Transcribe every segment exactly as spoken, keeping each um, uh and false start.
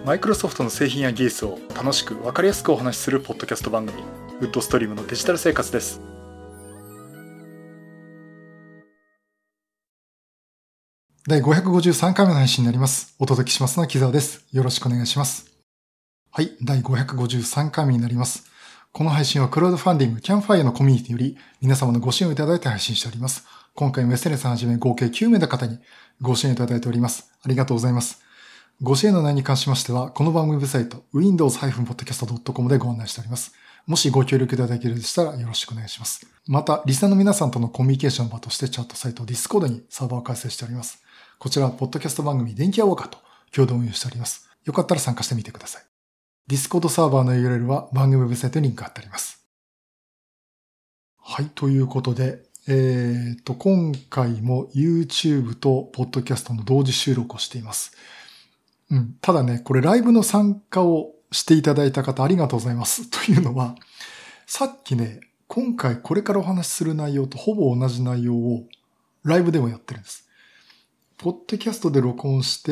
マイクロソフトの製品や技術を楽しく分かりやすくお話しするポッドキャスト番組、ウッドストリームのデジタル生活です。 だいごひゃくごじゅうさんかいめの配信になります。お届けしますのは木澤です。よろしくお願いします。はい、だいごひゃくごじゅうさんかいめになります。この配信はクラウドファンディングキャンファイアのコミュニティより皆様のご支援をいただいて配信しております。今回も エスエヌエス をはじめ合計きゅうめいの方にご支援いただいております。ありがとうございます。ご支援の内容に関しましては、この番組ウェブサイト ウィンドウズ ポッドキャスト ドットコム でご案内しております。もしご協力いただけるようでしたらよろしくお願いします。また、リスナーの皆さんとのコミュニケーションの場としてチャットサイト Discord にサーバーを開設しております。こちらはポッドキャスト番組電気屋ウォーカーと共同運用しております。よかったら参加してみてください。Discord サーバーの ユーアールエル は番組ウェブサイトにリンク貼ってあります。はい、ということで、えーと、今回も YouTube と Podcast の同時収録をしています。うん、ただね、これライブの参加をしていただいた方ありがとうございます。というのは、さっきね、今回これからお話しする内容とほぼ同じ内容をライブでもやってるんです。ポッドキャストで録音して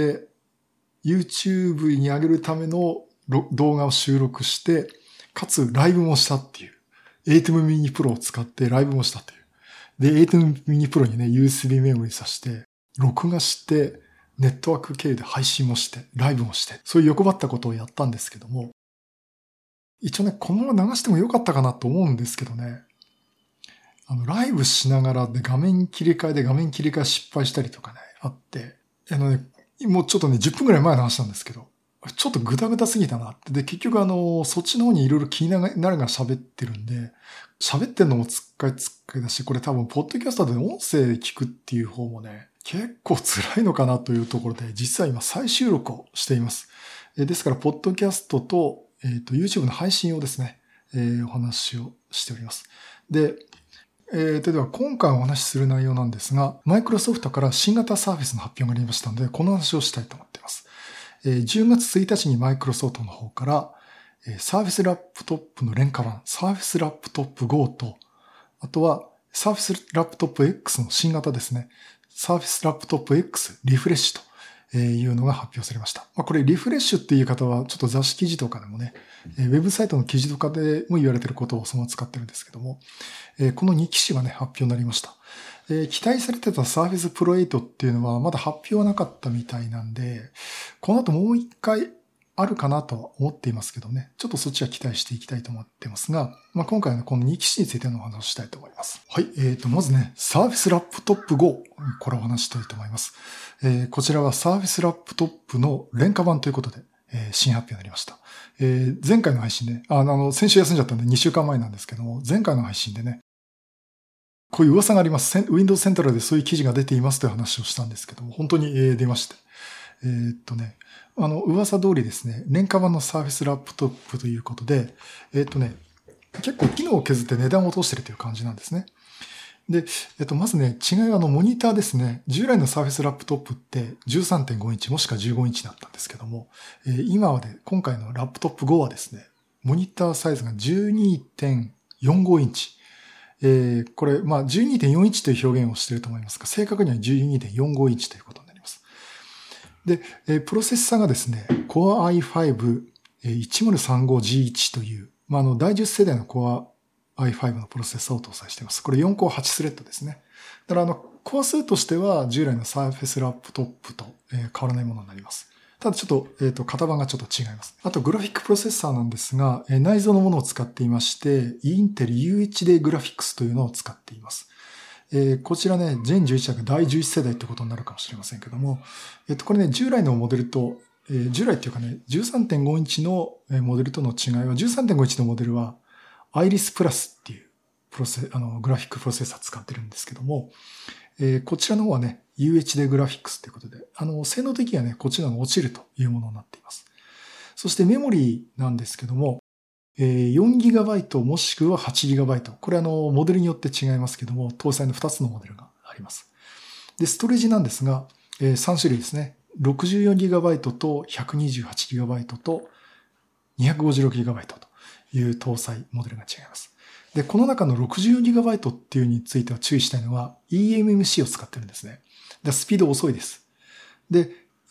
、YouTube に上げるための動画を収録して、かつライブもしたっていう。エイティム Mini Pro を使ってライブもしたという。で、エイティム Mini Pro にね、ユーエスビー メモリ挿して、録画して、ネットワーク経由で配信もして、ライブもして、そういう欲張ったことをやったんですけども、一応ね、このまま流してもよかったかなと思うんですけどね、あの、ライブしながらで画面切り替えで画面切り替え失敗したりとかね、あって、あのね、もうちょっとね、じゅっぷんくらい前の話なんですけど、ちょっとグダグダすぎたなって。で、結局あの、そっちの方にいろいろ気になりながら喋ってるんで、喋ってんのもつっかいつっかいだし、これ多分、ポッドキャストで音声聞くっていう方もね、結構辛いのかなというところで、実は今再収録をしています。ですから、ポッドキャストと、えっと、YouTube の配信をですね、えー、お話をしております。で、えー、では今回お話しする内容なんですが、マイクロソフトから新型サーフィスの発表がありましたので、この話をしたいと思っています。じゅうがつついたちにマイクロソフトの方から、サーフィスラップトップの廉価版、サーフィスラップトップ ゴー と、あとはサーフィスラップトップ X の新型ですね。サーフィスラップトップ X リフレッシュというのが発表されました。まあ、これリフレッシュっていう言い方はちょっと雑誌記事とかでもね、ウェブサイトの記事とかでも言われていることをそのまま使ってるんですけども、このに機種がね、発表になりました。期待されてた Surface Pro エイトっていうのはまだ発表はなかったみたいなんで、この後もう一回あるかなとは思っていますけどね。ちょっとそっちは期待していきたいと思ってますが、まあ、今回はこのに機種についてのお話をしたいと思います。はい。えっと、まずね、Surface Laptop ゴー。これをお話ししたいと思います。えー、こちらは Surface Laptop の廉価版ということで、えー、新発表になりました。えー、前回の配信で、あの、先週休んじゃったんでにしゅうかんまえなんですけども、前回の配信でね、こういう噂があります。Windows Central でそういう記事が出ていますという話をしたんですけども、本当に出まして。えー、っとね、あの、噂通りですね、廉価版の Surface Laptop ということで、えー、っとね、結構機能を削って値段を落としているという感じなんですね。で、えっと、まずね、違いはあの、モニターですね。従来の Surface Laptop って じゅうさんてんごインチもしくはじゅうごインチだったんですけども、えー、今はね、今回の Laptop ゴーはですね、モニターサイズが じゅうにてんよんごインチ。えー、これ、まあ、じゅうにてんよんインチという表現をしていると思いますが、正確には じゅうにてんよんごインチということになります。で、えー、プロセッサーがですね、Core アイファイブいちまるさんごジーワン という、まあ、あの、だいじゅっ世代の Core アイファイブのプロセッサーを搭載しています。これよんコアはちスレッドですね。だからあの、コア数としては従来の Surface Laptop と、えー、変わらないものになります。ただちょっと、えっと、型番がちょっと違います。あと、グラフィックプロセッサーなんですが、えー、内蔵のものを使っていまして、インテル ユーエイチディー グラフィックスというのを使っています。えー、こちらね、ジェンじゅういちだからだいじゅういち世代ってことになるかもしれませんけども、えっと、これね、従来のモデルと、えー、従来っていうかね、じゅうさんてんごインチのモデルとの違いは、じゅうさんてんごインチのモデルは、アイリスプラスっていうプロセ、あの、グラフィックプロセッサー使ってるんですけども、えー、こちらの方はね、ユーエイチディー グラフィックスということで、あの、性能的にはね、こちらが落ちるというものになっています。そしてメモリーなんですけども、えー、よんギガバイト もしくは はちギガバイト。これあの、モデルによって違いますけども、搭載のふたつのモデルがあります。で、ストレージなんですが、えー、さん種類ですね。ろくじゅうよんギガバイト と ひゃくにじゅうはちギガバイト と にひゃくごじゅうろくギガバイト という搭載モデルが違います。で、この中の ろくじゅうよんギガバイト っていうについては注意したいのは イーエムエムシー を使ってるんですね。で、スピード遅いです。で、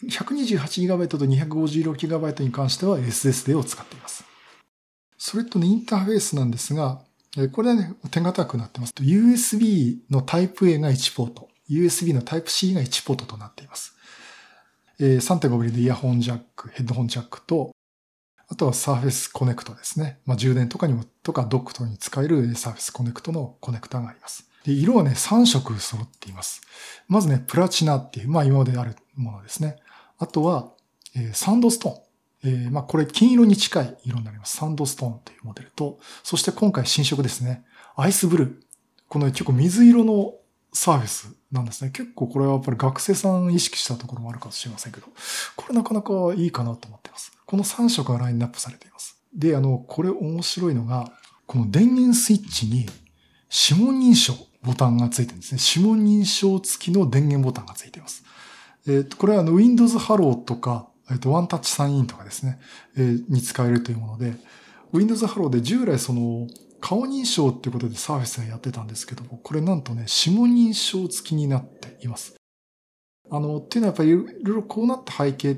ひゃくにじゅうはちギガバイト と にひゃくごじゅうろくギガバイト に関しては エスエスディー を使っています。それとね、インターフェースなんですが、これはね、手堅くなってます。ユーエスビー のタイプ A がいちポート、ユーエスビー のタイプ C がいちポートとなっています。さんてんごミリ でイヤホンジャック、ヘッドホンジャックと、あとはサーフェスコネクトですね。まあ、充電とかにも、とかドックとかに使えるサーフェスコネクトのコネクタがあります。で、色はね、さん色揃っています。まずね、プラチナっていう、まあ今まであるものですね。あとは、えー、サンドストーン。えー、まあこれ金色に近い色になります。サンドストーンというモデルと、そして今回新色ですね。アイスブルー。この結構水色のサーフェスなんですね。結構これはやっぱり学生さん意識したところもあるかもしれませんけど、これなかなかいいかなと思っています。このさん色がラインナップされています。で、あの、これ面白いのが、この電源スイッチに指紋認証ボタンがついてるんですね。指紋認証付きの電源ボタンがついています。えっと、これはあの Windows Hello とか、えっと、ワンタッチサインインとかですね、えー、に使えるというもので、Windows Hello で従来その顔認証っていうことでサーフェスがやってたんですけども、これなんとね、指紋認証付きになっています。あの、っていうのはやっぱりいろいろこうなった背景って、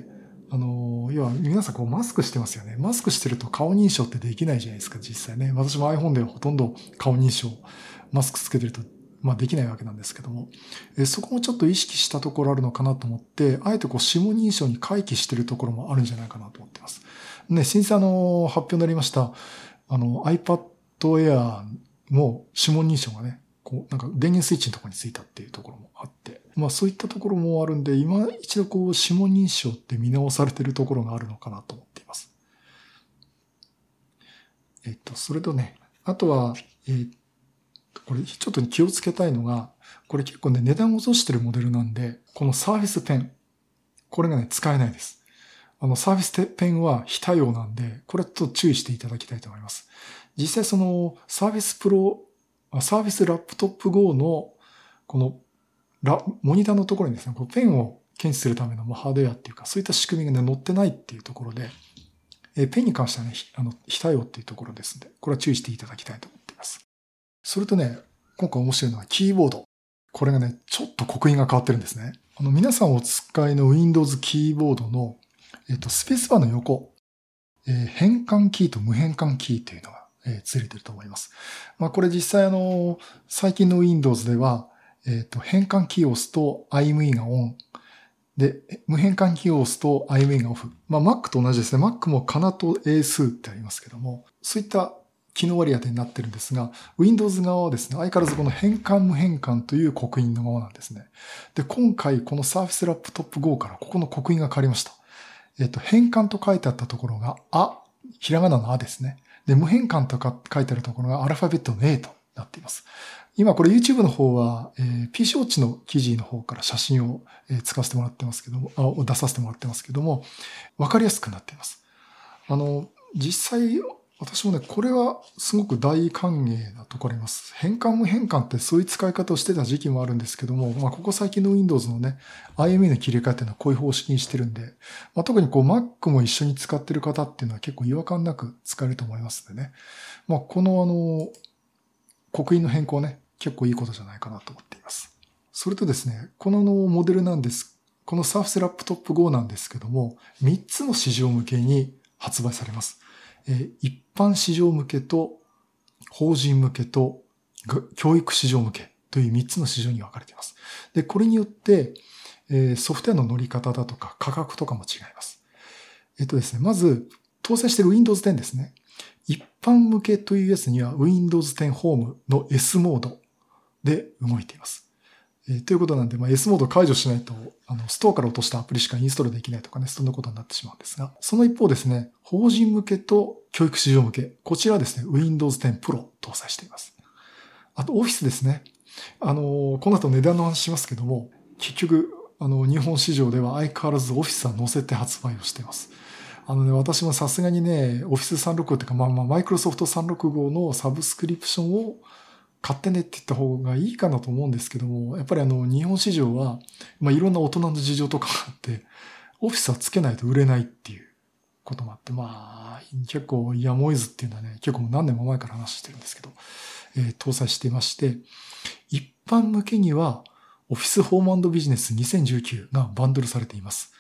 あの、要は皆さんこうマスクしてますよね。マスクしてると顔認証ってできないじゃないですか、実際ね。私も iPhone ではほとんど顔認証、マスクつけてると、まあできないわけなんですけども、えそこもちょっと意識したところあるのかなと思って、あえてこう指紋認証に回帰してるところもあるんじゃないかなと思っています。ね、先日あの、発表になりました、あの iPad Air も指紋認証がね、こうなんか電源スイッチのところについたっていうところもあって、まあそういったところもあるんで、今一度こう指紋認証って見直されてるところがあるのかなと思っています。えっと、それとね、あとは、えー、これちょっと気をつけたいのが、これ結構ね、値段を落としてるモデルなんで、このサーフェスペン、これがね、使えないです。あの、サーフェスペンは非対応なんで、これちょっと注意していただきたいと思います。実際その、サーフェスプロ、サーフェスラップトップ ゴー の、この、ラ、モニターのところにですね、こうペンを検知するためのハードウェアっていうか、そういった仕組みがね、載ってないっていうところで、えペンに関してはね、あの、非対応っていうところですので、これは注意していただきたいと思っています。それとね、今回面白いのはキーボード。これがね、ちょっと刻印が変わってるんですね。あの、皆さんお使いの Windows キーボードの、えっと、スペースバーの横、えー、変換キーと無変換キーというのが、えー、ついてると思います。まあ、これ実際あの、最近の Windows では、えっと、変換キーを押すと アイエムイー がオン。で、無変換キーを押すと アイエムイー がオフ。まあ、Mac と同じですね。Mac もカナと英数ってありますけども、そういった機能割り当てになってるんですが、Windows 側はですね、相変わらずこの変換無変換という刻印のままなんですね。で、今回この Surface Laptop Go からここの刻印が変わりました。えっと、変換と書いてあったところが、あ、ひらがなのあですね。で、無変換とか書いてあるところがアルファベットの A となっています。今これ YouTube の方は、えー、ピーシー ウォッチの記事の方から写真を、えー、使わせてもらってますけども、あ、出させてもらってますけども、わかりやすくなっています。あの、実際、私もね、これはすごく大歓迎なところあります。変換無変換ってそういう使い方をしてた時期もあるんですけども、まあ、ここ最近の Windows のね、アイエムイー の切り替えっていうのはこういう方式にしてるんで、まあ、特にこう Mac も一緒に使ってる方っていうのは結構違和感なく使えると思いますんでね。まあ、このあの、刻印の変更ね、結構いいことじゃないかなと思っています。それとですね、このモデルなんです。この Surface Laptop Go なんですけども、みっつの市場向けに発売されます。一般市場向けと法人向けと教育市場向けというみっつの市場に分かれています。で、これによってソフトウェアの乗り方だとか価格とかも違います。えっとですね、まず搭載している Windows テンですね。一般向けというやつには Windows テン Home の S モードで動いています。えー、ということなんで、まあ、S モード解除しないと、あの、ストアから落としたアプリしかインストールできないとかね、そんなことになってしまうんですが、その一方ですね、法人向けと教育市場向け、こちらはですね、Windows テン Pro 搭載しています。あと、Office ですね。あの、この後値段の話しますけども、結局、あの、日本市場では相変わらず Office は載せて発売をしています。あのね、私もさすがにね、Office さんびゃくろくじゅうごっていうか、まあまあ、Microsoft さんびゃくろくじゅうごのサブスクリプションを買ってねって言った方がいいかなと思うんですけども、やっぱりあの、日本市場は、まあいろんな大人の事情とかがあって、オフィスはつけないと売れないっていうこともあって、まあ、結構やむを得ずっていうのはね、結構何年も前から話してるんですけど、えー、搭載していまして、一般向けには、オフィスホーム&ビジネスにせんじゅうきゅうがバンドルされています。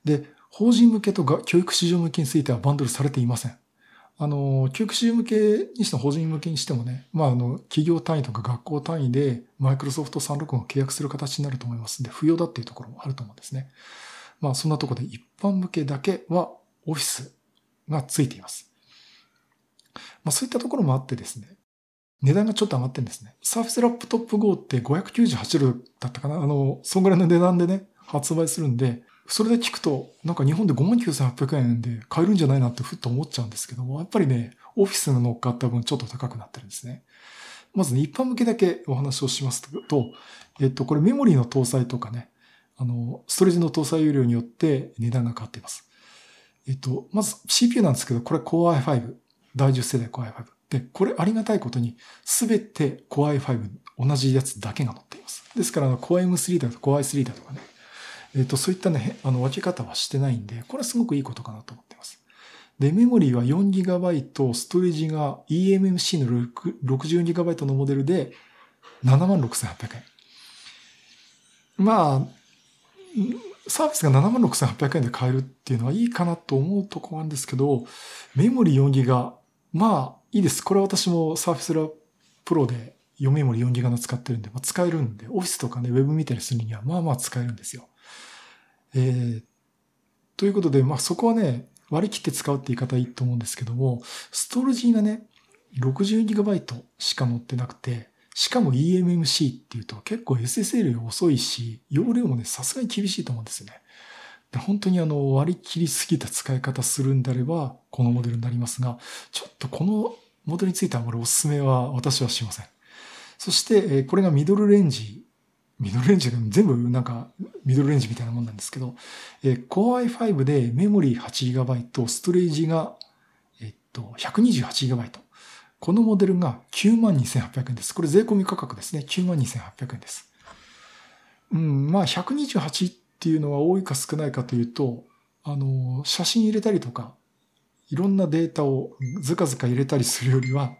で、法人向けとが教育市場向けについてはバンドルされていません。あの、教育市場向けにしても法人向けにしてもね、まあ、あの、企業単位とか学校単位でマイクロソフトさんろくごを契約する形になると思いますので、不要だっていうところもあると思うんですね。まあ、そんなところで一般向けだけはオフィスがついています。まあ、そういったところもあってですね、値段がちょっと上がってるんですね。Surface Laptop Go ってごひゃくきゅうじゅうはちドルだったかな。あの、そんぐらいの値段でね、発売するんで、それで聞くと、なんか日本で ごまんきゅうせんはっぴゃくえんで買えるんじゃないなってふっと思っちゃうんですけども、やっぱりね、オフィスが乗っかった分ちょっと高くなってるんですね。まずね、一般向けだけお話をしますと、えっと、これメモリーの搭載とかね、あの、ストレージの搭載容量によって値段が変わっています。えっと、まず シーピーユー なんですけど、これ Core アイファイブ、だいじゅっ世代 Core アイファイブ。で、これありがたいことに、すべて Core アイファイブ 同じやつだけが載っています。ですから、Core エムスリー だとか Core アイスリー だとかね、えっと、そういったね、あの、分け方はしてないんで、これはすごくいいことかなと思っています。で、メモリーは よんギガバイト、ストレージが イーエムエムシー の ろくじゅうよんギガバイト のモデルで ななまんろくせんはっぴゃくえん。まあ、サービスが ななまんろくせんはっぴゃくえんで買えるっていうのはいいかなと思うところなんですけど、メモリーよんギガ、まあいいです。これは私も Surface Pro プロでよメモリーよんギガの使ってるんで、まあ、使えるんで、オフィスとかね、ウェブ見たりするにはまあまあ使えるんですよ。えー、ということで、まあそこはね、割り切って使うって言い方はいいと思うんですけども、ストレージがね、ろくじゅうギガバイト しか載ってなくて、しかも イーエムエムシー っていうと結構 エスエスエル より遅いし、容量もね、さすがに厳しいと思うんですよね。で本当にあの割り切りすぎた使い方するんであれば、このモデルになりますが、ちょっとこのモデルについてはあまりお勧めは私はしません。そして、これがミドルレンジ。ミドルレンジで全部なんかミドルレンジみたいなもんなんですけど、Core アイファイブ でメモリー はちギガバイト、ストレージが、えっと、ひゃくにじゅうはちギガバイト。このモデルが きゅうまんにせんはっぴゃくえんです。これ税込み価格ですね。きゅうまんにせんはっぴゃくえんです。うん、まあひゃくにじゅうはちっていうのは多いか少ないかというと、あの、写真入れたりとか、いろんなデータをずかずか入れたりするよりは、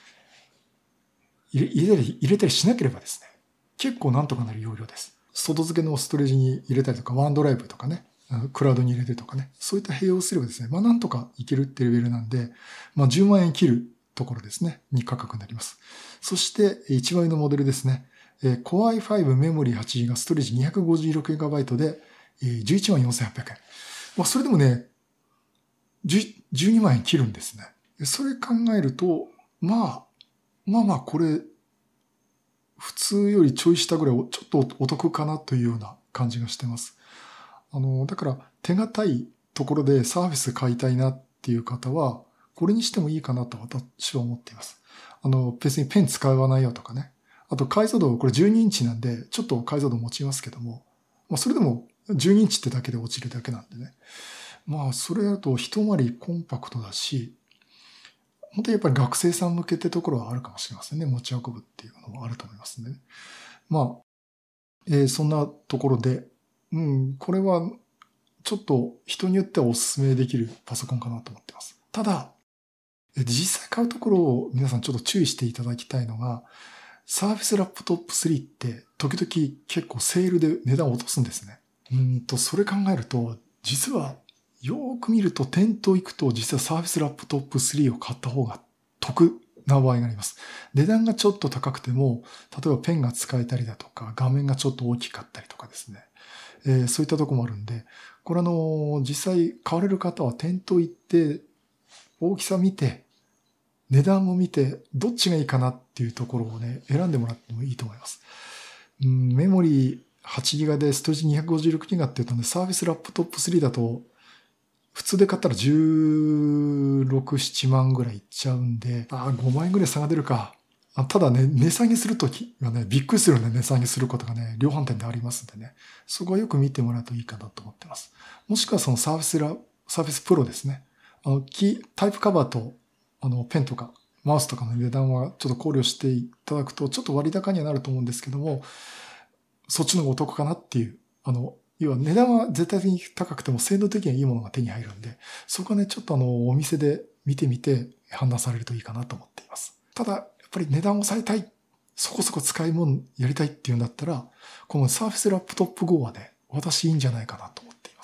入れ入れたり、入れたりしなければですね、結構なんとかなる容量です。外付けのストレージに入れたりとか、ワンドライブとかね、クラウドに入れてとかね、そういった併用すればですね、まあなんとかいけるってレベルなんで、まあじゅうまんえん切るところですね、に価格になります。そして一番上のモデルですね、Core アイファイブ メモリー はちギガバイト、ストレージ にひゃくごじゅうろくギガバイト でじゅういちまんよんせんはっぴゃくえん。まあそれでもね、じゅうにまんえん切るんですね。それ考えると、まあ、まあまあこれ、普通よりちょい下ぐらいちょっとお得かなというような感じがしてます。あの、だから手堅いところでサービス買いたいなっていう方は、これにしてもいいかなと私は思っています。あの、別にペン使わないよとかね。あと解像度、これじゅうにインチなんで、ちょっと解像度持ちますけども、まあそれでもじゅうにインチってだけで落ちるだけなんでね。まあそれだと一回りコンパクトだし、本当にやっぱり学生さん向けってところはあるかもしれませんね。持ち運ぶっていうのもあると思いますね。まあ、えー、そんなところで、うん、これはちょっと人によってはお勧めできるパソコンかなと思っています。ただ、実際買うところを皆さんちょっと注意していただきたいのが、Surface Laptop スリーって時々結構セールで値段を落とすんですね。うんと、それ考えると、実はよーく見ると店頭行くと実は Surface Laptop スリーを買った方が得な場合があります。値段がちょっと高くても、例えばペンが使えたりだとか、画面がちょっと大きかったりとかですね。えー、そういったところもあるんで、これあの、実際買われる方は店頭行って大きさ見て、値段を見て、どっちがいいかなっていうところをね、選んでもらってもいいと思います。うん、メモリー はちギガバイト でストレージ にひゃくごじゅうろくギガバイト って言うとね、Surface Laptop スリーだと、普通で買ったらじゅうろく、ななまんぐらいいっちゃうんで、ああ、ごまんえんぐらい差が出るか。あただね、値下げするときはね、びっくりするような値下げすることがね、量販店でありますんでね、そこはよく見てもらうといいかなと思ってます。もしくはその Surfaceラ、Surface Pro ですね。あの、キー、タイプカバーと、あの、ペンとか、マウスとかの値段はちょっと考慮していただくと、ちょっと割高にはなると思うんですけども、そっちの方がお得かなっていう、あの、要は値段は絶対的に高くても性能的にはいいものが手に入るんで、そこはね、ちょっとあの、お店で見てみて判断されるといいかなと思っています。ただ、やっぱり値段を抑えたい、そこそこ使い物やりたいっていうんだったら、この Surface Laptop Go はね、私いいんじゃないかなと思っています。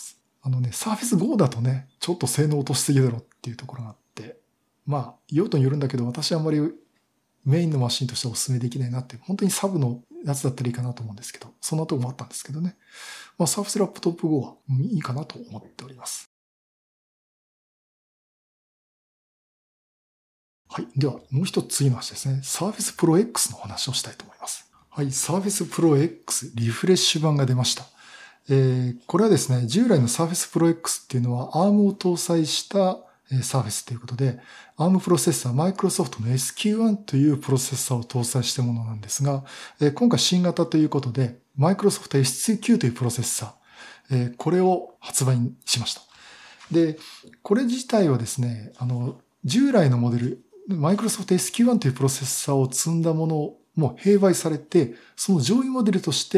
あのね、Surface Go だとね、ちょっと性能落としすぎだろっていうところがあって、まあ、用途によるんだけど、私はあんまりメインのマシンとしてはお勧めできないなって、本当にサブのやつだったらいいかなと思うんですけど、そんなとこもあったんですけどね。まあ、Surface Laptop Go はいいかなと思っております。はい。では、もう一つ次の話ですね。Surface Pro X の話をしたいと思います。はい。Surface Pro X リフレッシュ版が出ました。えー、これはですね、従来の Surface Pro X っていうのは アーム を搭載したサーフェスということで、アーム プロセッサー、マイクロソフトの エスキューワン というプロセッサーを搭載したものなんですが、今回新型ということで、マイクロソフト エスツーキュー というプロセッサー、これを発売しました。で、これ自体はですね、あの、従来のモデル、マイクロソフト エスキューワン というプロセッサーを積んだものも併売されて、その上位モデルとして、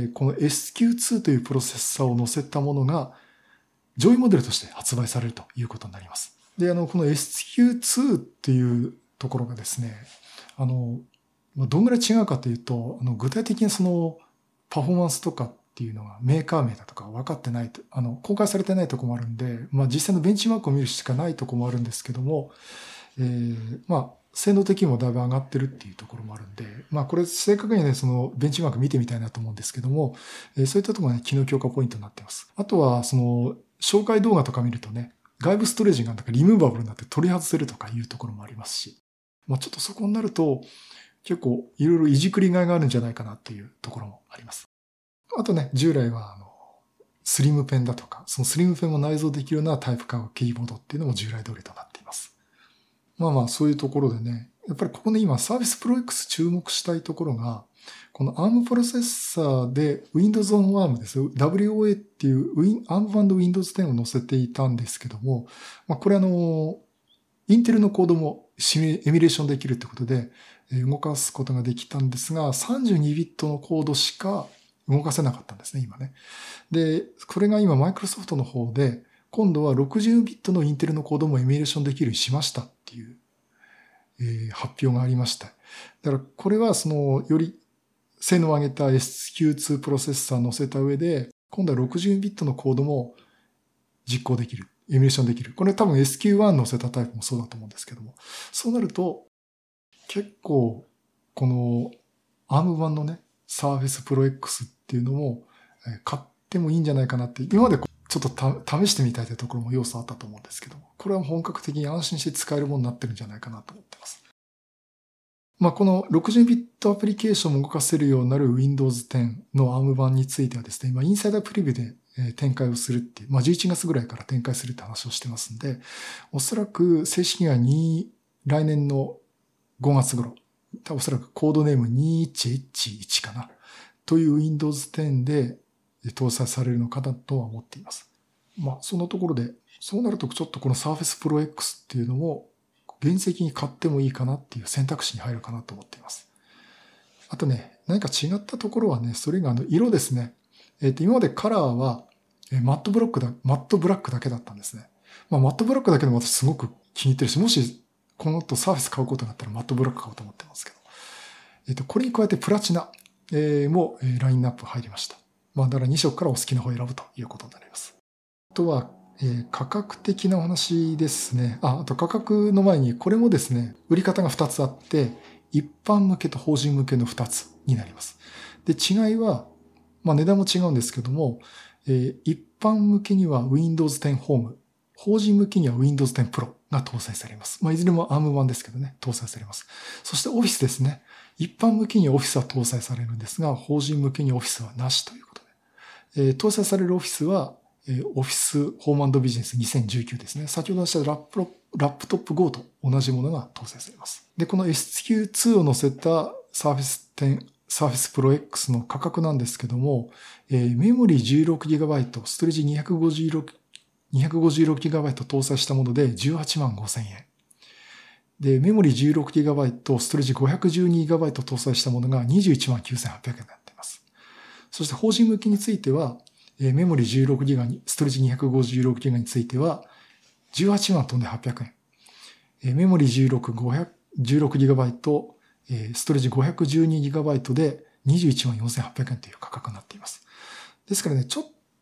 この エスキューツー というプロセッサーを載せたものが、上位モデルとして発売されるということになります。で、あの、この エスキューツー っていうところがですね、あの、どんぐらい違うかというと、あの、具体的にその、パフォーマンスとかっていうのがメーカー名だとか分かってないと、あの、公開されてないところもあるんで、まあ実際のベンチマークを見るしかないところもあるんですけども、えー、まあ、性能的にもだいぶ上がってるっていうところもあるんで、まあこれ正確にね、そのベンチマーク見てみたいなと思うんですけども、えー、そういったところがね、機能強化ポイントになっています。あとは、その、紹介動画とか見るとね、外部ストレージがなんかリムーバブルになって取り外せるとかいうところもありますし、まあちょっとそこになると、結構いろいろいじくりがいがあるんじゃないかなっていうところもあります。あとね、従来はあの、スリムペンだとか、そのスリムペンも内蔵できるようなタイプ化キーボードっていうのも従来通りとなっています。まあまあそういうところでね、やっぱりここで今 Surface Pro X 注目したいところが、この アーム プロセッサーで Windows on アーム です。ダブリューオーエー っていう アーム 版の Windows テンを載せていたんですけども、まあこれあの、インテルのコードもエミュレーションできるってことで動かすことができたんですが、さんじゅうにビットのコードしか動かせなかったんですね、今ね。で、これが今マイクロソフトの方で、今度はろくじゅうビットのインテルのコードもエミュレーションできるようにしましたっていう、えー、発表がありました。だからこれはその、より性能を上げた エスキューツー プロセッサーを載せた上で、今度はろくじゅうビットのコードも実行できる。エミュレーションできる。これ多分 エスキューワン 載せたタイプもそうだと思うんですけども。そうなると、結構、この アーム 版のね、Surface Pro X っていうのも買ってもいいんじゃないかなって、今までちょっと試してみたいというところも要素あったと思うんですけども、これは本格的に安心して使えるものになってるんじゃないかなと思ってます。まあ、このろくじゅうビットアプリケーションも動かせるようになる Windows テンの アーム 版についてはですね、今インサイダープレビューで展開をするっていう、まあじゅういちがつぐらいから展開するって話をしてますんで、おそらく正式にはに来年のごがつ頃、おそらくコードネーム にいちいちいち かな、という Windows テンで搭載されるのかなとは思っています。まあそのところで、そうなるとちょっとこの Surface Pro X っていうのも現実的に買ってもいいかなっていう選択肢に入るかなと思っています。あとね、何か違ったところはね、それがあの色ですね。えっと、今までカラーはマットブロックだ、マットブラックだけだったんですね。まあ、マットブラックだけでも私すごく気に入ってるし、もしこの後サーフェス買うことになったらマットブラック買おうと思ってますけど。えっと、これに加えてプラチナもラインナップ入りました。まあ、だからに色からお好きな方を選ぶということになります。あとは、えー、価格的なお話ですね。あ、あと価格の前に、これもですね、売り方がふたつあって、一般向けと法人向けのふたつになります。で、違いは、まあ値段も違うんですけども、えー、一般向けには Windows テン Home、法人向けには Windows テン Pro が搭載されます。まあいずれも アーム 版ですけどね、搭載されます。そして Office ですね。一般向けには Office は搭載されるんですが、法人向けに Office はなしということで。えー、搭載される Office は、オフィスホーム&ビジネスにせんじゅうきゅうですね。先ほど出したラップ、ラップトップ Go と同じものが搭載されます。で、この エスキューツー を載せた Surface テン、Surface Pro X の価格なんですけども、えー、メモリー じゅうろくギガバイト、ストレージ にひゃくごじゅうろくギガバイト 搭載したものでじゅうはちまんごせんえん。で、メモリー じゅうろくギガバイト、ストレージ ごひゃくじゅうにギガバイト 搭載したものがにじゅういちまんきゅうせんはっぴゃくえんになっています。そして法人向けについては、メモリー じゅうろくギガに、ストレージ にひゃくごじゅうろくギガについては、じゅうはちまん飛んではっぴゃくえん。メモリーじゅうろく、ごひゃく、じゅうろくギガバイト、ストレージ ごひゃくじゅうにギガバイト でにじゅういちまんよんせんはっぴゃくえんという価格になっています。ですからね、ちょっ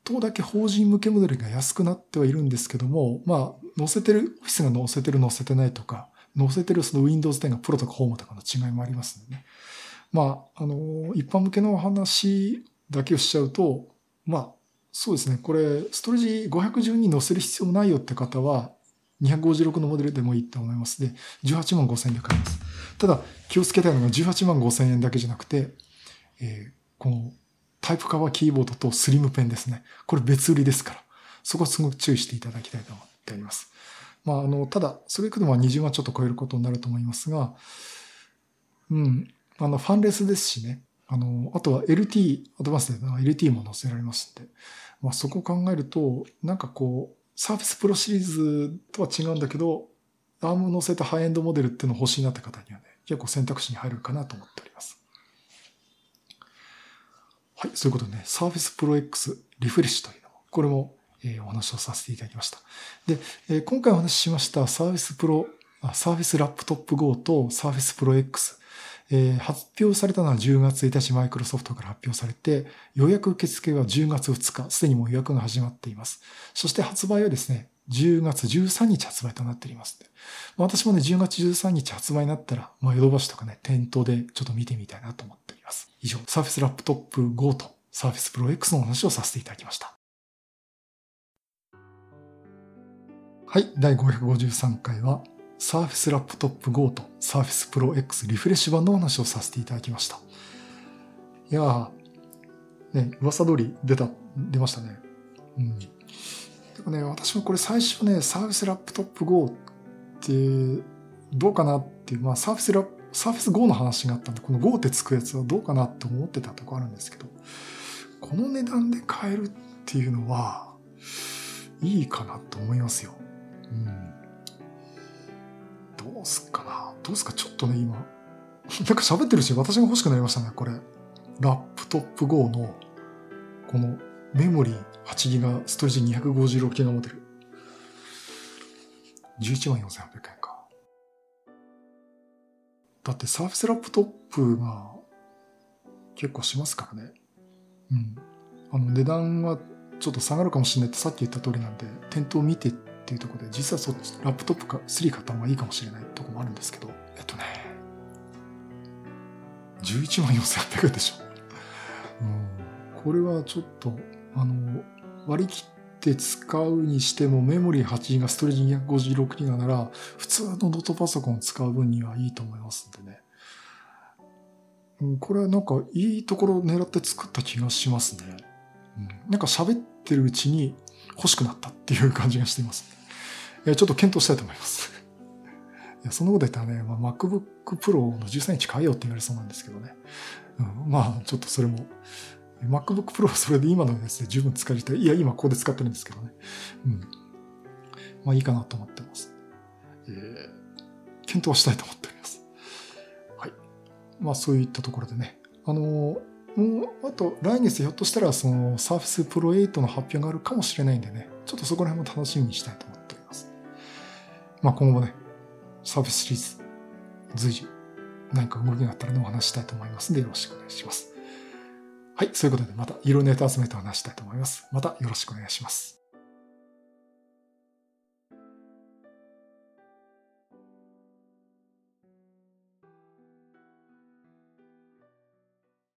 とだけ法人向けモデルが安くなってはいるんですけども、まあ、載せてる、オフィスが載せてる載せてないとか、載せてるその Windows テンがプロとかホームとかの違いもありますのでね。まあ、あの、一般向けの話だけをしちゃうと、まあ、そうですね。これ、ストレージごひゃくじゅうに載せる必要ないよって方は、にひゃくごじゅうろくのモデルでもいいと思います。で、じゅうはちまんごせんえんで買えます。ただ、気をつけたいのがじゅうはちまんごせんえんだけじゃなくて、えー、このタイプカバーキーボードとスリムペンですね。これ別売りですから、そこはすごく注意していただきたいと思っております。まあ、あの、ただ、それいくとまあにじゅうまんちょっと超えることになると思いますが、うん、あの、ファンレスですしね。あの、あとは エルティー、アドバンスで エルティー も載せられますんで、まあ、そこを考えると、なんかこう、サーフェスプロシリーズとは違うんだけど、アームを載せたハイエンドモデルっていうのを欲しいなって方にはね、結構選択肢に入るかなと思っております。はい、そういうことでね、サーフェスプロ X リフレッシュというのも、これも、えー、お話をさせていただきました。で、えー、今回お話ししましたサーフェスプロ、サーフェスラップトップ Go とサーフェスプロ X、えー、発表されたのはじゅうがつついたち、マイクロソフトから発表されて、予約受付はじゅうがつふつか、すでにもう予約が始まっています。そして発売はですね、じゅうがつじゅうさんにち発売となっております。私もね、じゅうがつじゅうさんにち発売になったら、まあ、ヨドバシとかね、店頭でちょっと見てみたいなと思っております。以上、サーフェスラップトップ Go とサーフェスプロ X のお話をさせていただきました。はい、だいごひゃくごじゅうさんかいは、サーフェスラップトップ Go とサーフェスプロ X リフレッシュ版のお話をさせていただきました。いやー、ね、噂通り出た、出ましたね。うん。でもね、私もこれ最初ね、サーフェスラップトップ Go ってどうかなっていう、まあサーフェスラップ、サーフェス Go の話があったんで、この Go ってつくやつはどうかなって思ってたとこあるんですけど、この値段で買えるっていうのは、いいかなと思いますよ。うん。どうすっかな。どうすかちょっとね、今。なんか喋ってるし、私が欲しくなりましたね、これ。ラップトップ Go の、このメモリーはちギガ、ストレージにひゃくごじゅうろくギガモデル。じゅういちまんよんせんはっぴゃくえんか。だってサーフェスラップトップが結構しますからね。うん。あの値段はちょっと下がるかもしれないってさっき言った通りなんで、店頭見てっていうところで、実はそっち、ラップトップかスリー買った方がいいかもしれないところもあるんですけど、えっとね、じゅういちまんよんせんはっぴゃくえんでしょ。うん。これはちょっと、あの、割り切って使うにしてもメモリーはちギガ、ストレージにひゃくごじゅうろくギガなら、普通のノートパソコンを使う分にはいいと思いますんでね。うん、これはなんかいいところを狙って作った気がしますね。うん、なんか喋ってるうちに欲しくなったっていう感じがしています。ちょっと検討したいと思います。いやそのこと言ったらね、まあ、MacBook Pro のじゅうさんインチ買えよって言われそうなんですけどね。うん、まあ、ちょっとそれも、MacBook Pro はそれで今のやつで十分使える人、いや、今ここで使ってるんですけどね。うん。まあいいかなと思ってます。えー、検討はしたいと思っております。はい。まあそういったところでね。あの、もう、あと来月ひょっとしたらその Surface Pro エイトの発表があるかもしれないんでね。ちょっとそこら辺も楽しみにしたいと思っております。まあ今後もね、Surface シリーズ随時何か動きがあったらねお話したいと思いますのでよろしくお願いします。はい、そういうことでまたいろいろネタ集めて話したいと思います。またよろしくお願いします。